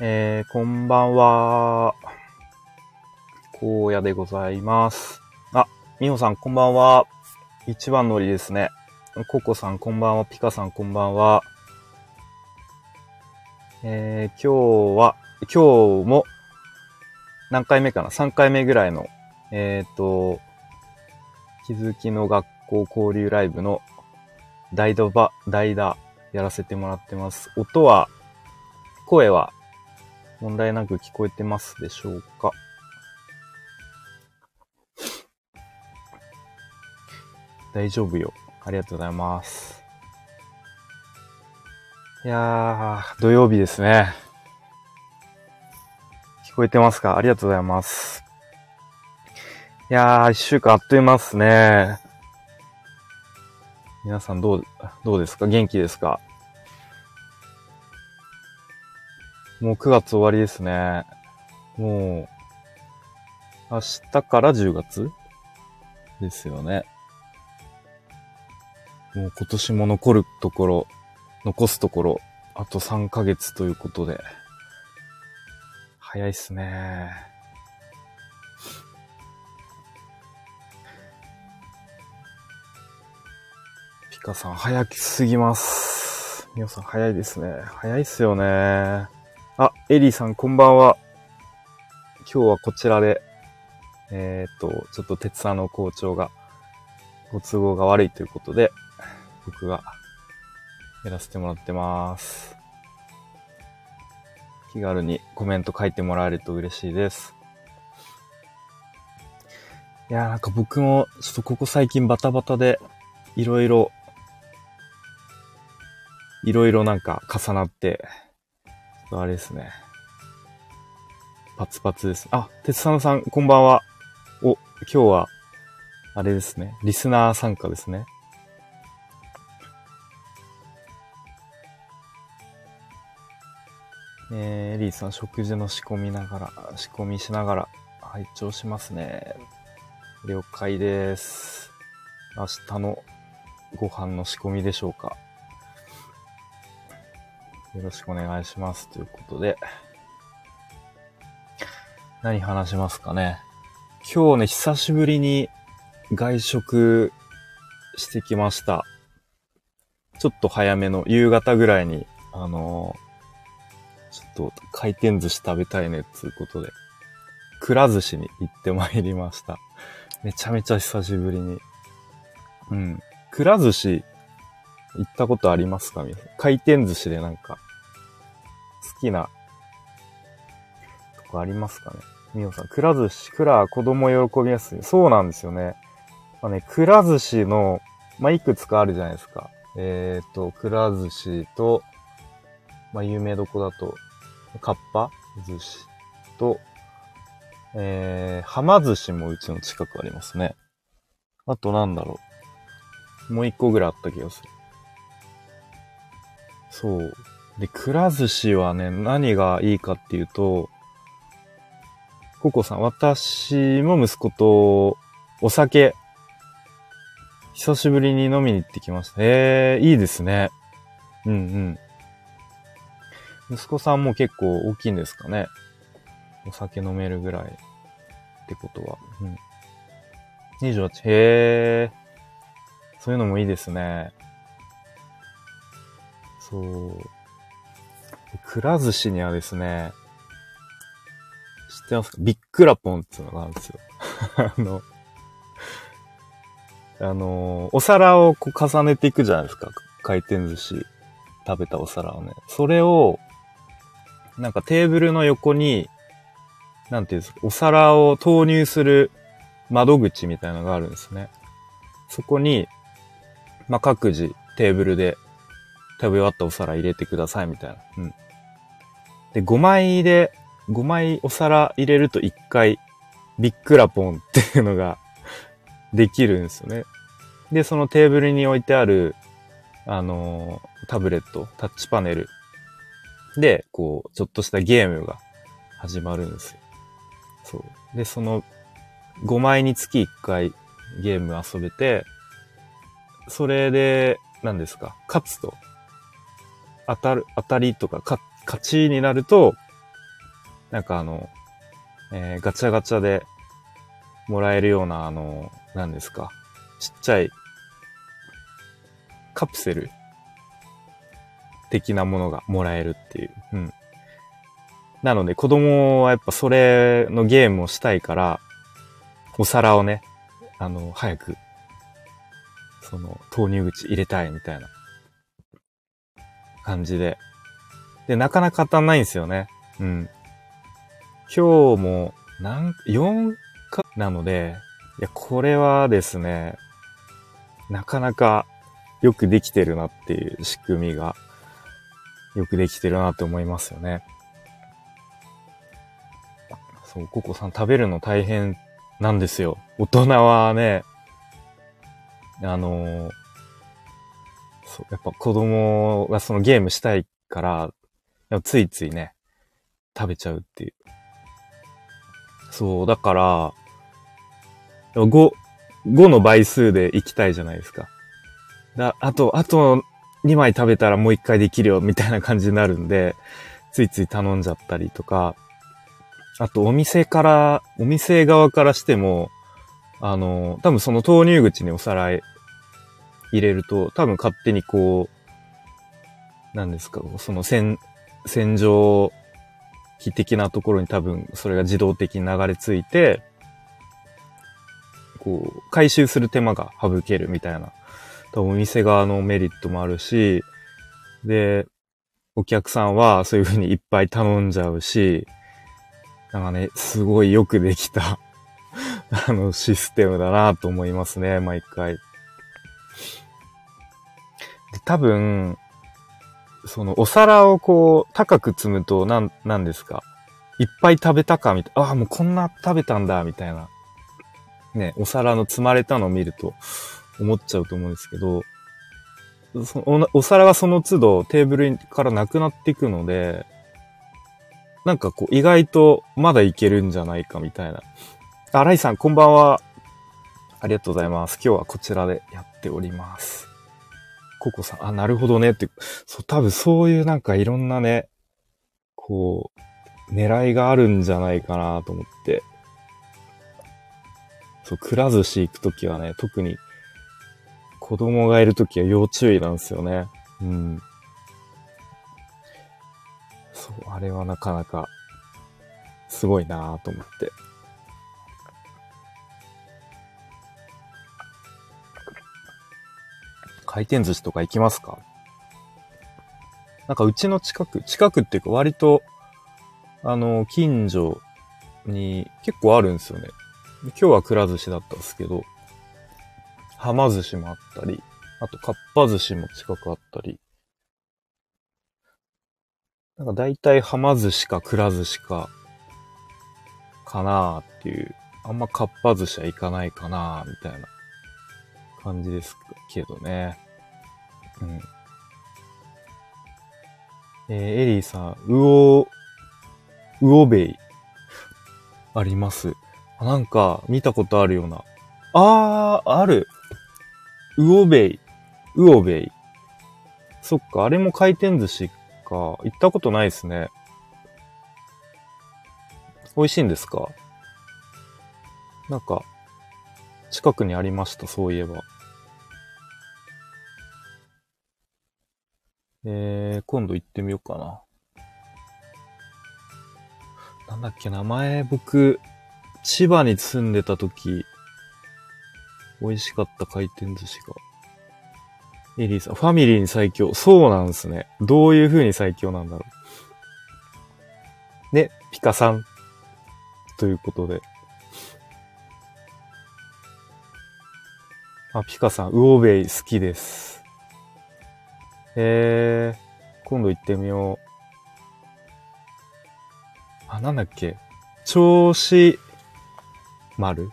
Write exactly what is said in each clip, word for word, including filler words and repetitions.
えー、こんばんは。荒野でございます。あ、みほさんこんばんは。一番乗りですね。ココさんこんばんは。ピカさんこんばんは。えー、今日は、今日も何回目かな ?さん 回目ぐらいの、えーと、気づきの学校交流ライブの代打ば、代打やらせてもらってます。音は、声は問題なく聞こえてますでしょうか？大丈夫よ。ありがとうございます。いやー、土曜日ですね。聞こえてますか？ありがとうございます。いやー、一週間あっという間ですね。皆さんどう、どうですか？元気ですか？もうくがつ終わりですね。もう、明日からじゅうがつですよね。もう今年も残るところ、残すところ、あとさんかげつということで。早いっすね。ピカさん早すぎます。みおさん早いですね。早いっすよね。あ、エリーさんこんばんは。今日はこちらで、えーっと、ちょっと鉄佐の校長がご都合が悪いということで、僕がやらせてもらってます。気軽にコメント書いてもらえると嬉しいです。いやーなんか僕もちょっとここ最近バタバタでいろいろいろいろなんか重なって、あれですね。パツパツです。あ、鉄佐野さんこんばんは。お、今日はあれですね。リスナー参加ですね。えー、エリーさん食事の仕込みながら、仕込みしながら拝聴しますね。了解です。明日のご飯の仕込みでしょうか。よろしくお願いします。ということで。何話しますかね。今日ね、久しぶりに外食してきました。ちょっと早めの夕方ぐらいに、あのー、ちょっと回転寿司食べたいねっていうことで、くら寿司に行ってまいりました。めちゃめちゃ久しぶりに。うん。くら寿司行ったことありますか？皆さん。回転寿司でなんか、好きなとこありますかね？みおさん、くら寿司、くら子供喜びやすい。そうなんですよね。まあね、くら寿司の、まあ、いくつかあるじゃないですか。えっと、くら寿司と、まあ、有名どこだと、かっぱ寿司と、えー、はま寿司もうちの近くありますね。あとなんだろう。もう一個ぐらいあった気がする。そう。で、くら寿司はね、何がいいかっていうと、ココさん、私も息子とお酒、久しぶりに飲みに行ってきました。えー、いいですね。うんうん。息子さんも結構大きいんですかね。お酒飲めるぐらいってことは。うん。にじゅうはち。へー。そういうのもいいですね。そう。くら寿司にはですね、知ってますか？ビッくらポンっていうのがあるんですよ。あの、あの、お皿をこう重ねていくじゃないですか。回転寿司食べたお皿をね。それを、なんかテーブルの横に、なんていうんですか、お皿を投入する窓口みたいなのがあるんですね。そこに、まあ、各自テーブルで食べ終わったお皿入れてくださいみたいな。うん。で、ごまいで、ごまいお皿入れるといっかい、ビッくらポンっていうのができるんですよね。で、そのテーブルに置いてある、あのー、タブレット、タッチパネルで、こう、ちょっとしたゲームが始まるんですよ。そう。で、そのごまいにつきいっかいゲーム遊べて、それで、何ですか、勝つと、当たる、当たりとか、か勝ちになると、 なんかあの、えー、ガチャガチャでもらえるような、あの、何ですか。ちっちゃいカプセル的なものがもらえるっていう。うん。なので子供はやっぱそれのゲームをしたいから、お皿をね、あの、早く、その、投入口入れたいみたいな感じで。で、なかなか当たんないんですよね。うん。今日も、なん、よんかなので、いや、これはですね、なかなかよくできてるなっていう仕組みが、よくできてるなと思いますよね。そう、ココさん食べるの大変なんですよ。大人はね、あのー、そう、やっぱ子供がそのゲームしたいから、ついついね、食べちゃうっていう。そう、だから、ご、ごの倍数で行きたいじゃないですか。だ、あと、あとにまい食べたらもういっかいできるよ、みたいな感じになるんで、ついつい頼んじゃったりとか、あとお店から、お店側からしても、あの、多分その投入口にお皿入れると、多分勝手にこう、なんですか、その洗、洗浄機的なところに多分それが自動的に流れ着いて、こう、回収する手間が省けるみたいな、多分お店側のメリットもあるし、で、お客さんはそういう風にいっぱい頼んじゃうし、なんかね、すごいよくできたあの、システムだなと思いますね、毎回。で、多分、そのお皿をこう、高く積むと、なん、なんですか。いっぱい食べたかみたいな。ああ、もうこんな食べたんだ、みたいな。ね、お皿の積まれたのを見ると思っちゃうと思うんですけど、その お, お皿がその都度テーブルからなくなっていくので、なんかこう意外とまだいけるんじゃないかみたいな。あ、ライさんこんばんは。ありがとうございます。今日はこちらでやっております。ココさん、あ、なるほどねって、そう、多分そういうなんかいろんなね、こう、狙いがあるんじゃないかなと思って。そう、くら寿司行くときはね、特に子供がいるときは要注意なんですよね。うん。そう、あれはなかなか、すごいなぁと思って。回転寿司とか行きますか？なんかうちの近く、近くっていうか割と、あの、近所に結構あるんですよね。今日はくら寿司だったんですけど、はま寿司もあったり、あとかっぱ寿司も近くあったり、なんか大体はま寿司かくら寿司か、かなーっていう、あんまかっぱ寿司は行かないかなーみたいな感じですけどね。うん。えー、エリーさん、うお、うおべい、あります。なんか、見たことあるような。あー、ある。うおべい。うおべい。そっか、あれも回転寿司か。行ったことないですね。美味しいんですか？なんか、近くにありました、そういえば。えー、今度行ってみようかな。なんだっけ、名前、僕、千葉に住んでた時、美味しかった回転寿司が。エリーさん、ファミリーに最強。そうなんですね。どういう風に最強なんだろう。ね、ピカさん。ということで。あ、ピカさん、ウオベイ好きです。えー、今度行ってみよう。あ、なんだっけ。銚子丸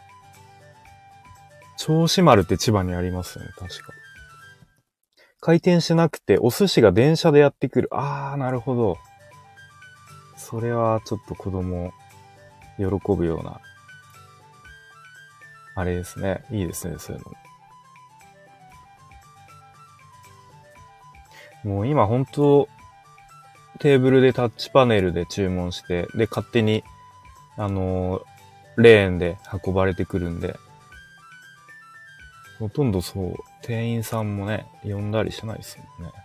銚子丸って千葉にありますよね、確か。回転しなくて、お寿司が電車でやってくる。あー、なるほど。それはちょっと子供、喜ぶような、あれですね。いいですね、そういうの。もう今本当、 テーブルでタッチパネルで注文して、で、勝手に、あのー、レーンで運ばれてくるんで、ほとんどそう、店員さんもね、呼んだりしないですもんね。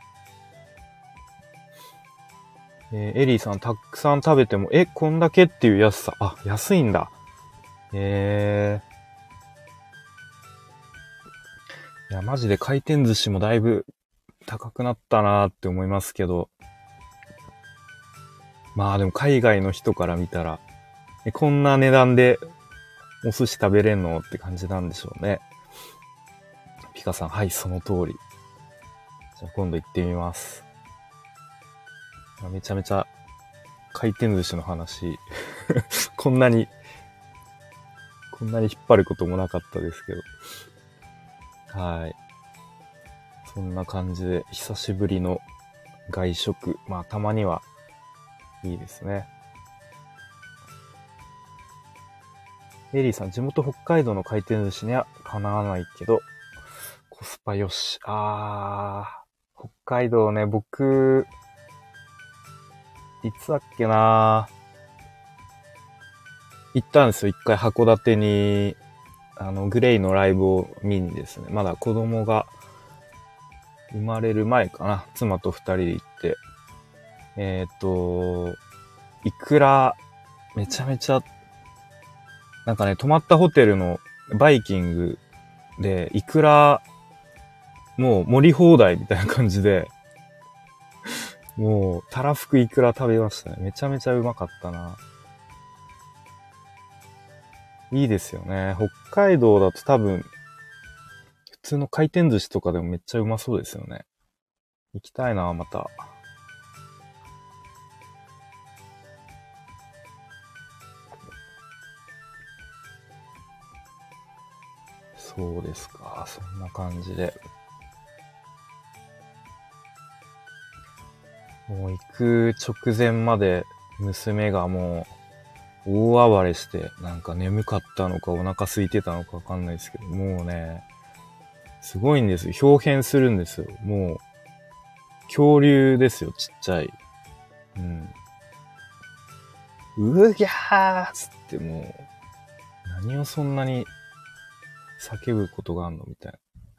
えー、エリーさん、たくさん食べても、え、こんだけっていう安さ。あ、安いんだ。えー。いや、マジで回転寿司もだいぶ高くなったなーって思いますけど。まあでも海外の人から見たら、え、こんな値段でお寿司食べれんのって感じなんでしょうね。ピカさん、はい、その通り。じゃあ今度行ってみます。めちゃめちゃ回転寿司の話、こんなに、こんなに引っ張ることもなかったですけど。はい。そんな感じで、久しぶりの外食。まあ、たまにはいいですね。エリーさん、地元北海道の回転寿司にはかなわないけど、コスパよし。あー、北海道ね、僕、いつだっけな行ったんですよ。一回函館に、あの、グレイのライブを見にですね。まだ子供が生まれる前かな。妻と二人で行って。えっと、いくら、めちゃめちゃ、なんかね、泊まったホテルのバイキングで、いくら、もう盛り放題みたいな感じで、もう、たらふくいくら食べましたね。めちゃめちゃうまかったな。いいですよね。北海道だと多分、普通の回転寿司とかでもめっちゃうまそうですよね。行きたいな、また。そうですか。そんな感じで。もう行く直前まで娘がもう大暴れして、なんか眠かったのかお腹空いてたのかわかんないですけど、もうね、すごいんですよ。表変するんですよ。もう、恐竜ですよ、ちっちゃい。うん。うぎゃーつってもう、何をそんなに叫ぶことがあんのみたいな。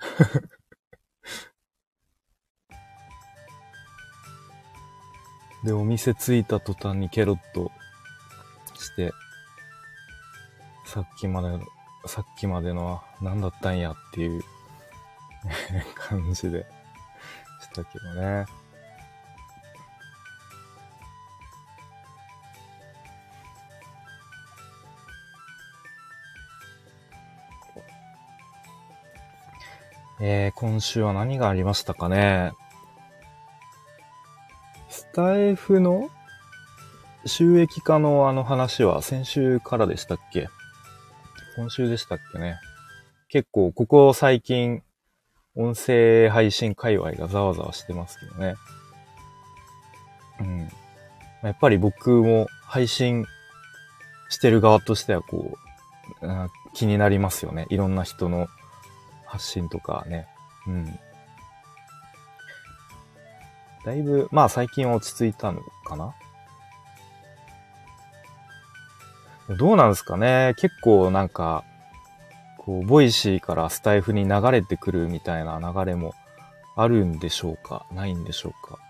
で、お店着いた途端にケロッとして、さっきまでの、さっきまでのは何だったんやっていう感じでしたけどね。えー、今週は何がありましたかね。スタイフの収益化のあの話は先週からでしたっけ？今週でしたっけね。結構ここ最近音声配信界隈がざわざわしてますけどね。うん。やっぱり僕も配信してる側としてはこう、気になりますよね。いろんな人の発信とかね。うん。だいぶ、まあ最近は落ち着いたのかな？どうなんですかね。結構なんか、こう、ボイシーからスタイフに流れてくるみたいな流れもあるんでしょうか？ないんでしょうか？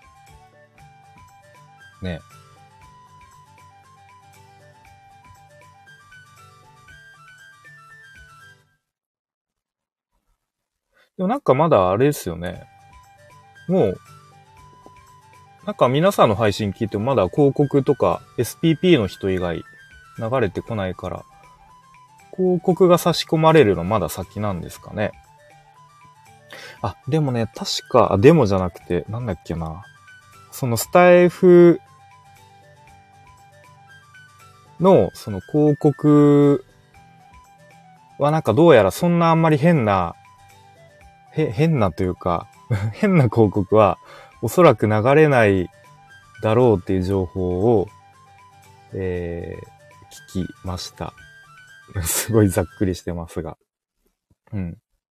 ね。でもなんかまだあれですよね。もう、なんか皆さんの配信聞いてもまだ広告とか エスピーピー の人以外流れてこないから、広告が差し込まれるのまだ先なんですかね。あ、でもね、確か、あ、デモじゃなくて、なんだっけな。そのスタイフの、その広告はなんかどうやらそんなあんまり変な、へ、変なというか、変な広告はおそらく流れないだろうっていう情報を、えー、聞きました。すごいざっくりしてますが。うん。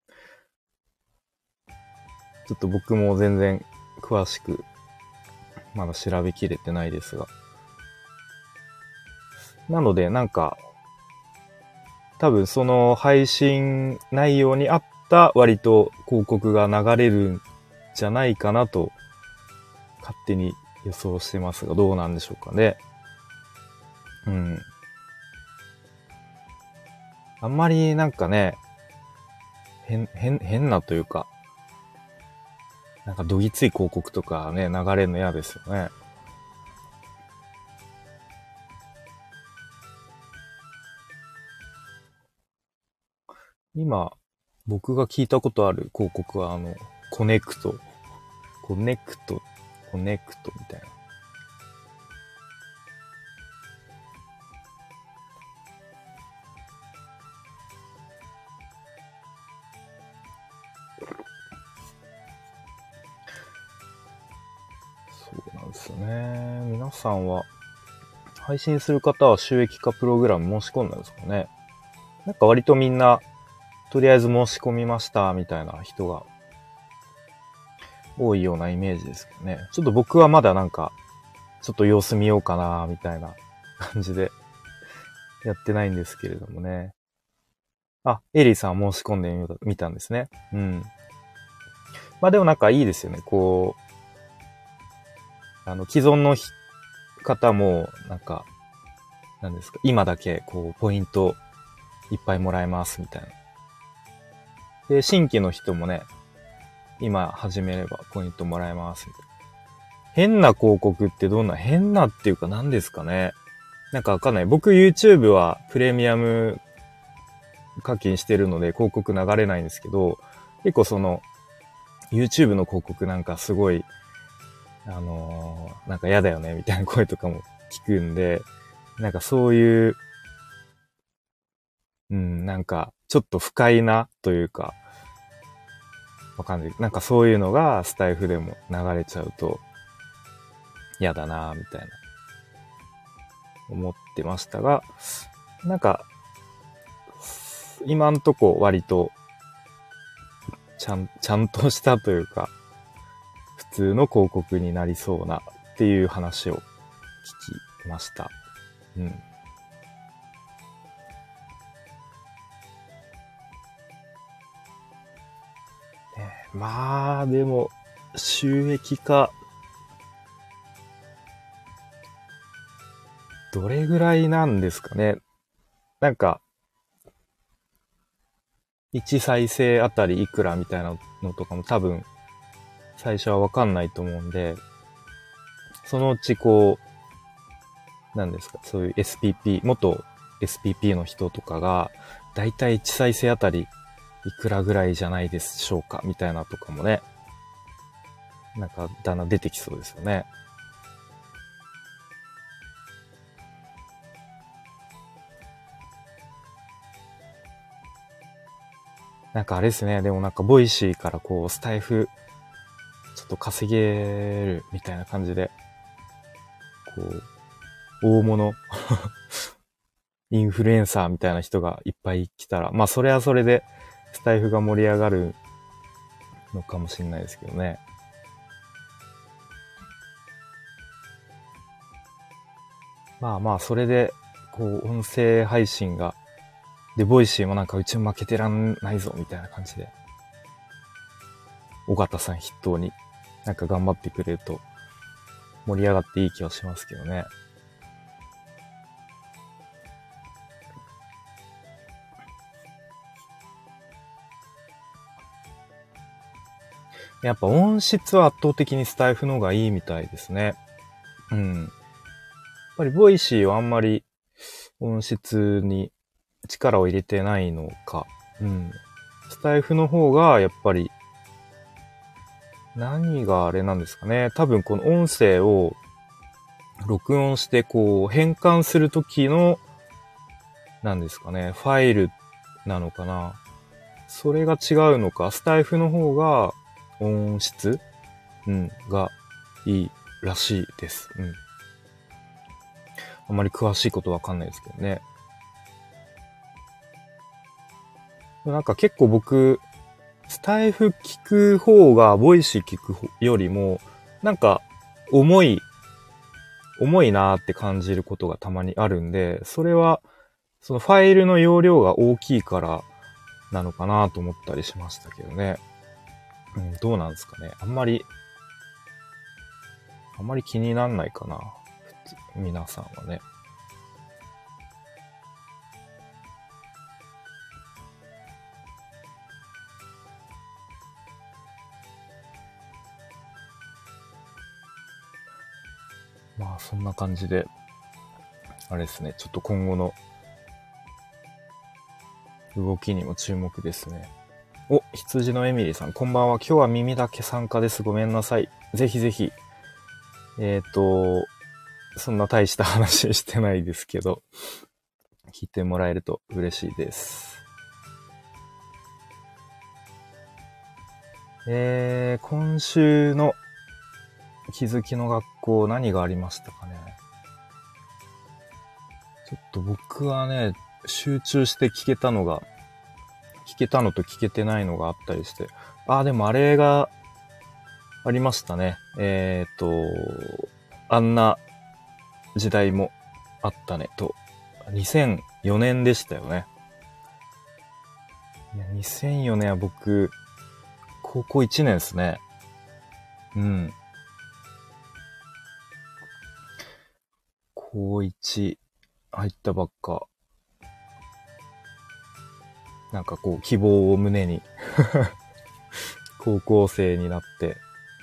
ちょっと僕も全然詳しくまだ調べきれてないですが。なので、なんか、多分その配信内容に合った割と広告が流れるんじゃないかなと、勝手に予想してますが、どうなんでしょうかね。うん。あんまりなんかね、変、変、変なというか、なんかどぎつい広告とかね、流れるの嫌ですよね。今、僕が聞いたことある広告は、あの、コネクト、コネクト、コネクトみたいな。そうなんですよね。皆さんは、配信する方は収益化プログラム申し込んだんですかね。なんか割とみんな、とりあえず申し込みましたみたいな人が多いようなイメージですけどね。ちょっと僕はまだなんか、ちょっと様子見ようかなみたいな感じでやってないんですけれどもね。あ、エリーさん申し込んでみたんですね。うん。まあでもなんかいいですよね。こう、あの、既存の方も、なんか、なんですか、今だけ、こう、ポイントいっぱいもらえますみたいな。で、新規の人もね、今始めればポイントもらえますみたいな。変な広告ってどんな、変なっていうか何ですかね。なんかわかんない。僕 YouTube はプレミアム課金してるので広告流れないんですけど、結構その YouTube の広告なんかすごい、あのー、なんか嫌だよねみたいな声とかも聞くんで、なんかそういう、うん、なんかちょっと不快なというか、わかんない。なんかそういうのがスタイフでも流れちゃうと嫌だなみたいな思ってましたが、なんか今んとこ割とちゃん、ちゃんとしたというか、普通の広告になりそうなっていう話を聞きました。うん。ね、まあ、でも、収益化、どれぐらいなんですかね。なんか、いち再生あたりいくらみたいなのとかも多分、最初はわかんないと思うんで、そのうちこう、なんですか、そういう エスピーピー、元 エスピーピー の人とかが、だいたいいち再生あたりいくらぐらいじゃないでしょうかみたいなとかもね、なんかだんだん出てきそうですよね。なんかあれですね、でもなんかボイシーからこうスタイフちょっと稼げるみたいな感じで、こう、大物インフルエンサーみたいな人がいっぱい来たら、まあそれはそれでスタイフが盛り上がるのかもしれないですけどね。まあまあそれで、こう音声配信が、で、ボイシーもなんかうち負けてらんないぞみたいな感じで、尾形さん筆頭になんか頑張ってくれると盛り上がっていい気はしますけどね。やっぱ音質は圧倒的にスタイフの方がいいみたいですね。うん。やっぱりボイシーはあんまり音質に力を入れてないのか。うん。スタイフの方がやっぱり何があれなんですかね。多分この音声を録音してこう変換するときの何ですかね。ファイルなのかな。それが違うのか。スタイフの方が音質うん、がいいらしいです。うん。あんまり詳しいことわかんないですけどね。なんか結構僕、スタイフ聞く方が、ボイシー聞くよりも、なんか、 重い、重いなーって感じることがたまにあるんで、それは、そのファイルの容量が大きいからなのかなと思ったりしましたけどね。うん、どうなんですかね。あんまり、あんまり気になんないかな。普通、皆さんはね。まあそんな感じで、あれですね、ちょっと今後の動きにも注目ですね。お、羊のエミリーさん、こんばんは。今日は耳だけ参加です。ごめんなさい。ぜひぜひ、えっと、そんな大した話してないですけど、聞いてもらえると嬉しいです。えー、今週の気づきの学校何がありましたかね。ちょっと僕はね、集中して聞けたのが、聞けたのと聞けてないのがあったりして。あー、でもあれがありましたね。えーと、あんな時代もあったねと。にせんよねんでしたよね。いや、にせんよねんは僕、高校いちねんですね。うん。高いち入ったばっか。なんかこう希望を胸に高校生になって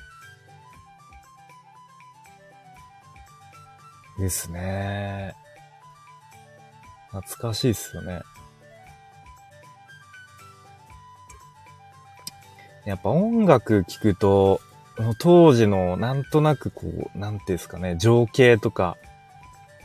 ですね。懐かしいっすよね。やっぱ音楽聴くと、当時のなんとなくこう、なんていうんですかね、情景とか、うん、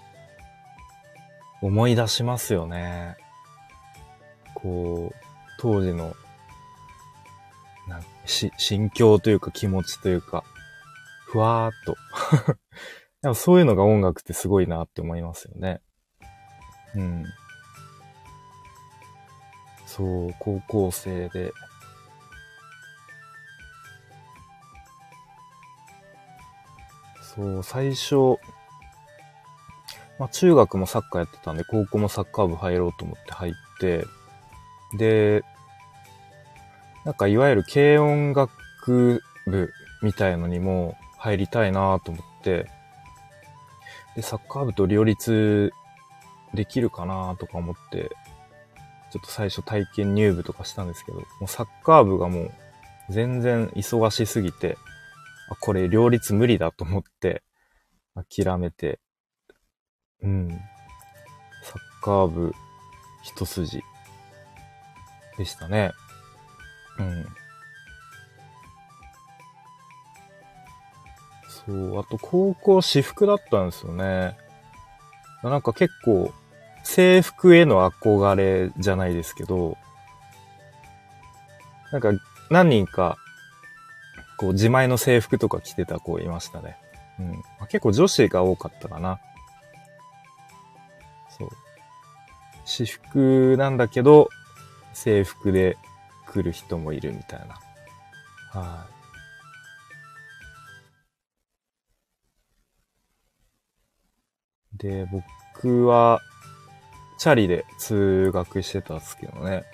思い出しますよね。こう、当時の、なんし心境というか気持ちというか、ふわーっと。でもそういうのが音楽ってすごいなって思いますよね。うん。そう、高校生で。そう、最初、まあ中学もサッカーやってたんで、高校もサッカー部入ろうと思って入って、で、なんかいわゆる軽音楽部みたいのにも入りたいなと思って、で、サッカー部と両立できるかなとか思って、ちょっと最初体験入部とかしたんですけど、もうサッカー部がもう全然忙しすぎて、あ、これ両立無理だと思って諦めて、うん。サッカー部一筋でしたね。うん。そう、あと高校私服だったんですよね。なんか結構制服への憧れじゃないですけど、なんか何人かこう自前の制服とか着てた子いましたね。うん。まあ、結構女子が多かったかな。そう。私服なんだけど、制服で来る人もいるみたいな。はい。で、僕は、チャリで通学してたんですけどね。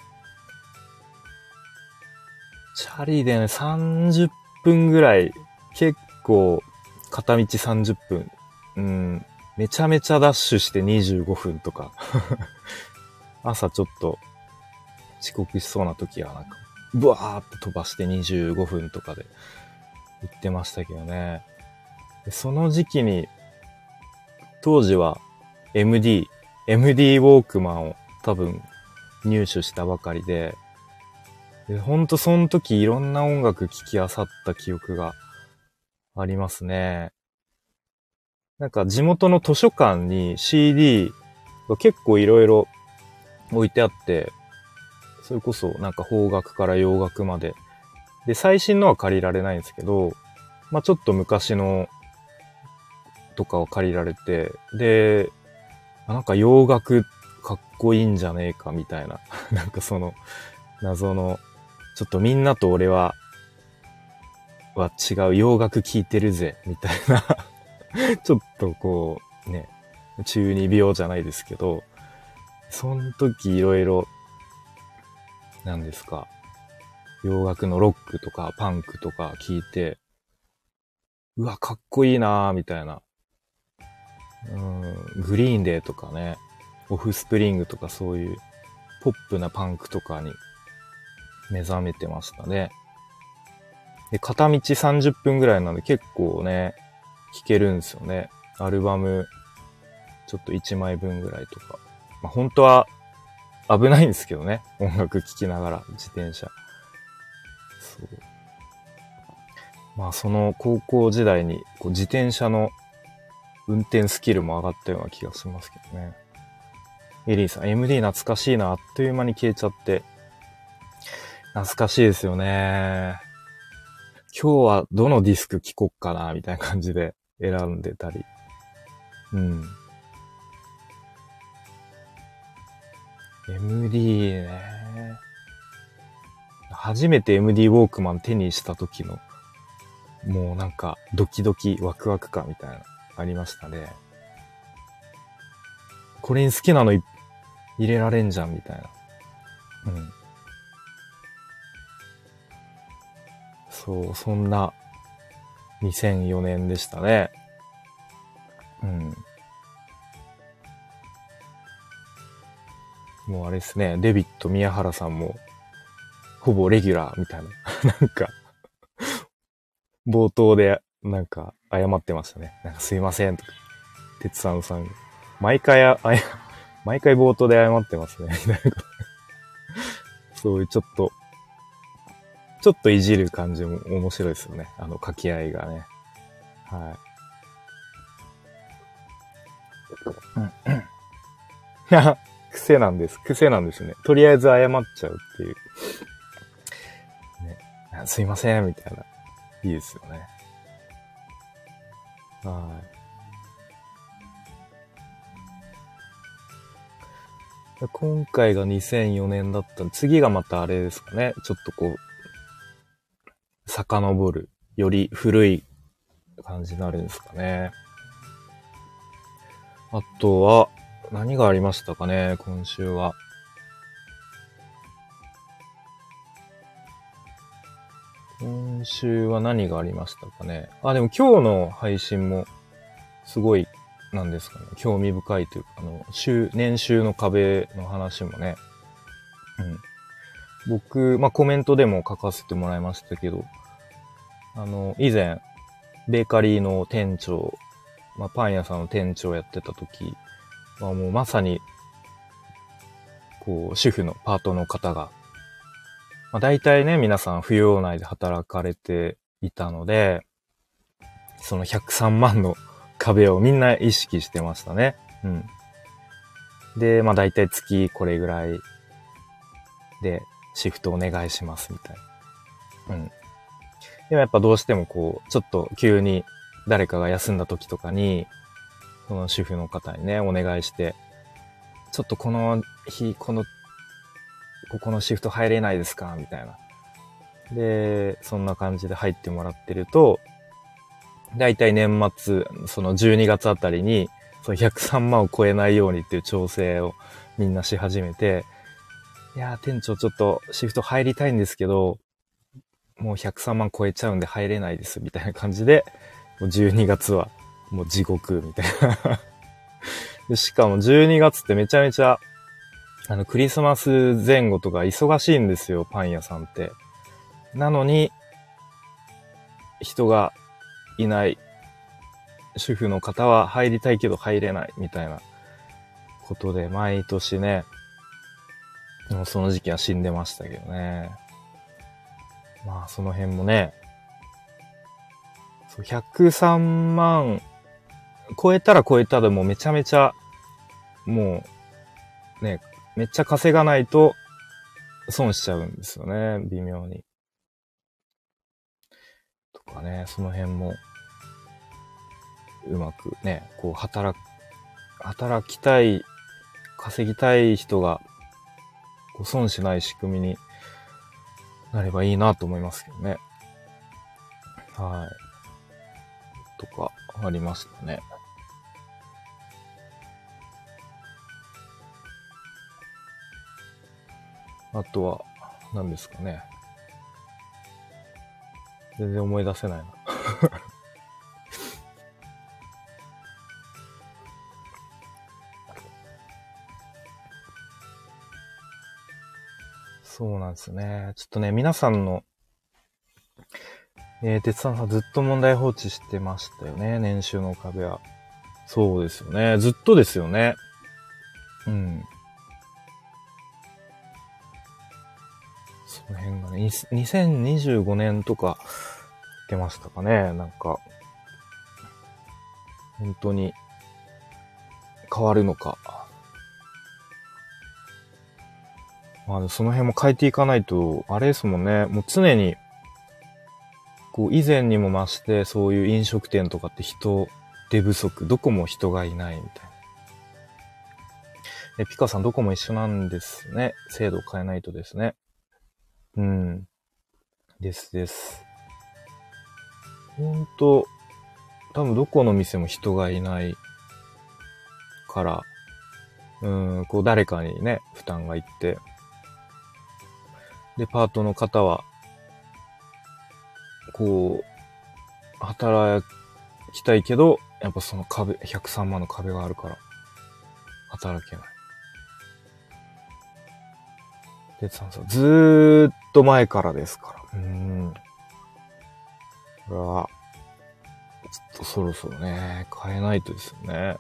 チャリでね、さんじゅっぷんぐらい、結構、片道さんじゅっぷん。うん、めちゃめちゃダッシュしてにじゅうごふんとか。朝ちょっと遅刻しそうな時はなんか、ブワーって飛ばしてにじゅうごふんとかで行ってましたけどね。でその時期に、当時は エムディー、エムディー ウォークマンを多分入手したばかりで、でほんとその時いろんな音楽聴き漁った記憶がありますね。なんか地元の図書館に シーディー が結構いろいろ置いてあって、それこそなんか邦楽から洋楽まで。で、最新のは借りられないんですけど、まあちょっと昔のとかを借りられて、で、なんか洋楽かっこいいんじゃねえかみたいな。なんかその謎の、ちょっとみんなと俺はは違う洋楽聴いてるぜ、みたいな。ちょっとこう、ね、中二病じゃないですけど、その時いろいろ、なんですか、洋楽のロックとかパンクとか聞いて、うわ、かっこいいなーみたいな。うん、グリーンデーとかね、オフスプリングとかそういうポップなパンクとかに目覚めてましたね。で、片道さんじゅっぷんぐらいなんで結構ね、聴けるんですよね。アルバム、ちょっといちまいぶんぐらいとか。まあ、本当は危ないんですけどね。音楽聴きながら自転車。そう。まあその高校時代にこう自転車の運転スキルも上がったような気がしますけどね。エリーさん、エムディー 懐かしいな。あっという間に消えちゃって。懐かしいですよね。今日はどのディスク聴こっかなみたいな感じで選んでたり。うん。エムディー ね。初めて エムディー ウォークマン手にした時の、もうなんかドキドキワクワク感みたいな、ありましたね。これに好きなの入れられんじゃんみたいな。うん。そう、そんなにせんよねんでしたね。うん。もうあれですね、デビット宮原さんも、ほぼレギュラーみたいな。なんか、冒頭で、なんか、謝ってましたね。なんかすいませんとか。鉄さんさん。毎回あ、あや、毎回冒頭で謝ってますね。みたいな。そういうちょっと、ちょっといじる感じも面白いですよね。あの掛け合いがね。はい。いや、癖なんです。癖なんですね。とりあえず謝っちゃうっていう。ね、すいません、みたいな。いいですよね。はい。今回がにせんよねんだったんで、次がまたあれですかね。ちょっとこう、遡る、より古い感じになるんですかね。あとは、何がありましたかね、今週は。今週は何がありましたかね。あ、でも今日の配信も、すごい、なんですかね、興味深いというか、あの、週、年収の壁の話もね、うん。僕、まあ、コメントでも書かせてもらいましたけど、あの、以前、ベーカリーの店長、まあ、パン屋さんの店長やってた時はもうまさに、こう、主婦のパートの方が、まあ、大体ね、皆さん扶養内で働かれていたので、そのひゃくさんまんの壁をみんな意識してましたね。うん。で、まあ大体月これぐらいでシフトお願いしますみたいな。うん。でもやっぱどうしてもこう、ちょっと急に誰かが休んだ時とかに、その主婦の方にね、お願いして、ちょっとこの日、この、ここのシフト入れないですかみたいな。で、そんな感じで入ってもらってると、だいたい年末、そのじゅうにがつあたりに、そのひゃくさんまんを超えないようにっていう調整をみんなし始めて、いやー店長ちょっとシフト入りたいんですけど、もうひゃくさんまん超えちゃうんで入れないですみたいな感じで、もうじゅうにがつはもう地獄みたいなで。しかもじゅうにがつってめちゃめちゃ、あのクリスマス前後とか忙しいんですよ、パン屋さんって。なのに、人がいない主婦の方は入りたいけど入れないみたいなことで、毎年ね、もうその時期は死んでましたけどね。まあその辺もね、ひゃくさんまん超えたら超えたでもめちゃめちゃ、もうね、めっちゃ稼がないと損しちゃうんですよね、微妙に。とかね、その辺もうまくね、こう働く、働きたい、稼ぎたい人がこう損しない仕組みになればいいなと思いますけどね。 はい。とか、ありましたね。あとは、何ですかね。全然思い出せないな。そうなんですね。ちょっとね、皆さんの、えー、鉄さんさんずっと問題放置してましたよね。年収の壁は。そうですよね。ずっとですよね。うん。その辺がね、にせんにじゅうごねんとか出ましたかね。なんか、本当に変わるのか。まあ、その辺も変えていかないと、あれですもんね。もう常に、こう、以前にも増して、そういう飲食店とかって人手不足、どこも人がいないみたいな。え、ピカさんどこも一緒なんですね。制度を変えないとですね。うん。ですです。ほんと、多分どこの店も人がいないから、うん、こう誰かにね、負担がいって、で、パートの方は、こう、働きたいけど、やっぱその壁、ひゃくさんまんの壁があるから、働けない。で、さんさん、ずーっと前からですから。うん。これは、ちょっとそろそろね、変えないとですよね。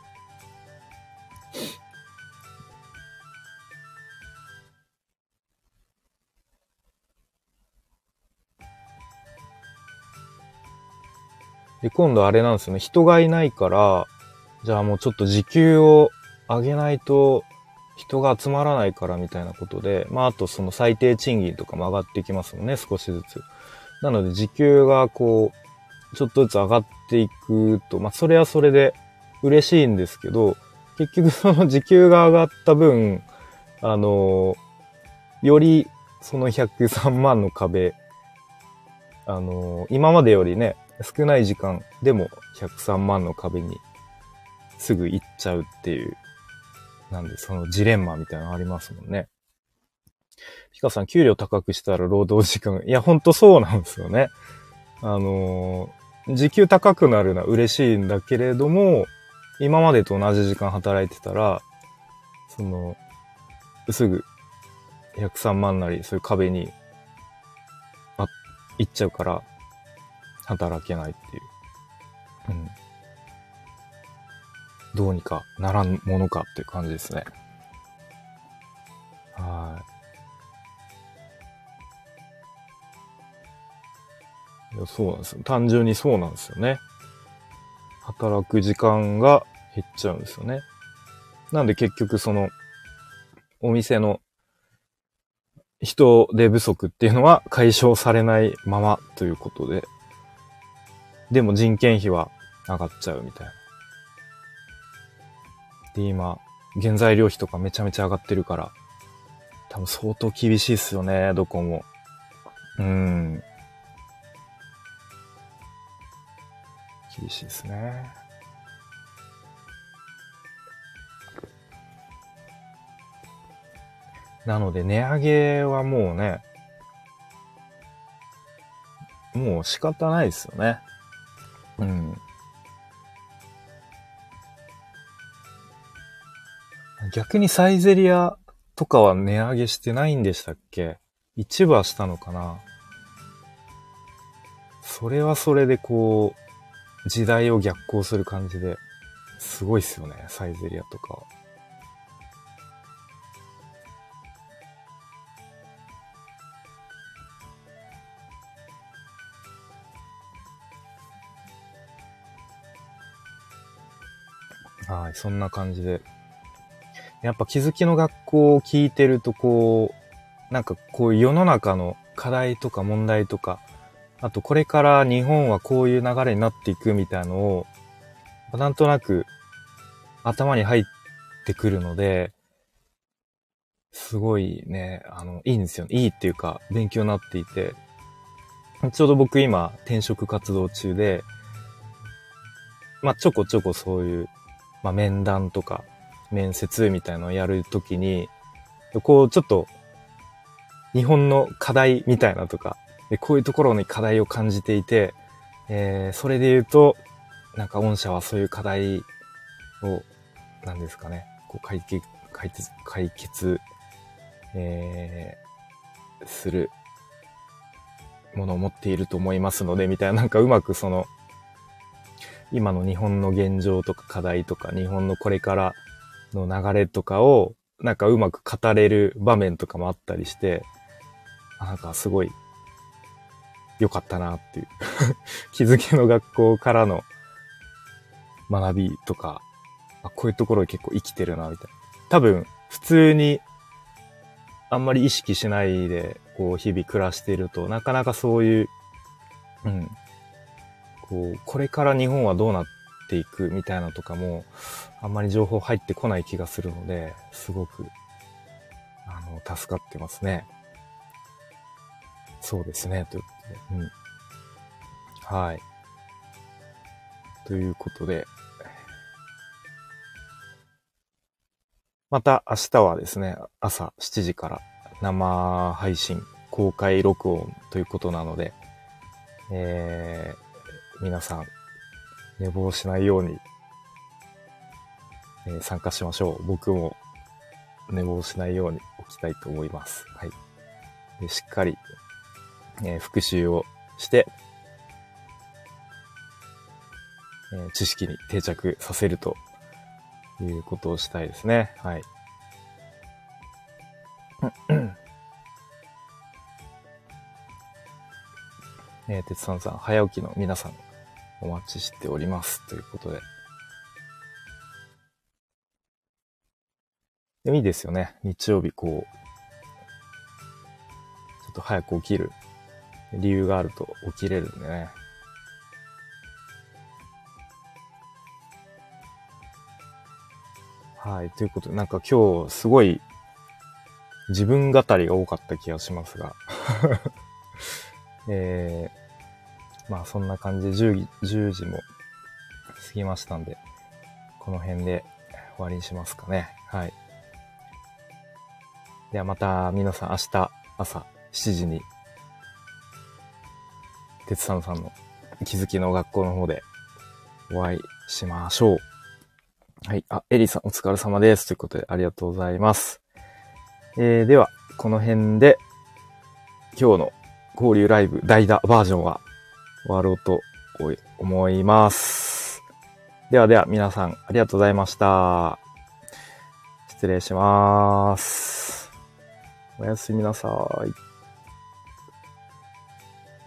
で、今度あれなんですよね。人がいないから、じゃあもうちょっと時給を上げないと人が集まらないからみたいなことで、まああとその最低賃金とかも上がっていきますもんね、少しずつ。なので時給がこう、ちょっとずつ上がっていくと、まあそれはそれで嬉しいんですけど、結局その時給が上がった分、あの、よりそのひゃくさんまんの壁、あの、今までよりね、少ない時間でもひゃくさんまんの壁にすぐ行っちゃうっていう、なんでそのジレンマみたいなのありますもんね。ピカさん、給料高くしたら労働時間、いや、ほんとそうなんですよね。あのー、時給高くなるのは嬉しいんだけれども、今までと同じ時間働いてたら、その、すぐひゃくさんまんなり、そういう壁に、あ、行っちゃうから、働けないっていう。うん。どうにかならんものかっていう感じですね。はい。いや、そうなんですよ。単純にそうなんですよね。働く時間が減っちゃうんですよね。なんで結局その、お店の人手不足っていうのは解消されないままということで、でも人件費は上がっちゃうみたいな。で、今、原材料費とかめちゃめちゃ上がってるから、多分相当厳しいっすよね、どこも。うーん。厳しいですね。なので値上げはもうね、もう仕方ないですよね。うん。逆にサイゼリアとかは値上げしてないんでしたっけ？一部はしたのかな？それはそれでこう、時代を逆行する感じで、すごいっすよね、サイゼリアとか。はい、そんな感じで。やっぱ気づきの学校を聞いてるとこう、なんかこういう世の中の課題とか問題とか、あとこれから日本はこういう流れになっていくみたいのを、なんとなく頭に入ってくるので、すごいね、あの、いいんですよ。いいっていうか、勉強になっていて、 ちょうど僕今転職活動中で、まあちょこちょこそういう、まあ面談とか面接みたいなのをやるときに、こうちょっと日本の課題みたいなとか、でこういうところに課題を感じていて、えー、それで言うと、なんか御社はそういう課題を、なんですかね、こう解決、解決、解決、えー、するものを持っていると思いますので、みたいな、なんかうまくその、今の日本の現状とか課題とか、日本のこれからの流れとかを、なんかうまく語れる場面とかもあったりして、なんかすごい良かったなっていう気づきの学校からの学びとか、あ、こういうところ結構生きてるなみたいな。多分普通にあんまり意識しないでこう日々暮らしていると、なかなかそういう、うん、こうこれから日本はどうなっていくみたいなとかもあんまり情報入ってこない気がするので、すごくあの助かってますね。そうですね。ということで。うん。はい。ということで。また明日はですね、朝しちじから生配信、公開録音ということなので、えー、皆さん寝坊しないように、えー、参加しましょう。僕も寝坊しないように起きたいと思います。はい。でしっかりえー、復習をして、えー、知識に定着させるということをしたいですね。はい。えー、鉄さんさん、早起きの皆さん、お待ちしております。ということで。でもいいですよね。日曜日、こう、ちょっと早く起きる理由があると起きれるんでね。はい。ということで、なんか今日すごい自分語りが多かった気がしますが。えー、まあそんな感じでじゅうじ、じゅうじも過ぎましたんで、この辺で終わりにしますかね。はい。ではまた皆さん明日朝しちじに、鉄さんさんの気づきの学校の方でお会いしましょう。はい。あ、エリさんお疲れ様です。ということでありがとうございます。えー、では、この辺で今日の交流ライブ代打バージョンは終わろうと思います。ではでは皆さんありがとうございました。失礼します。おやすみなさい。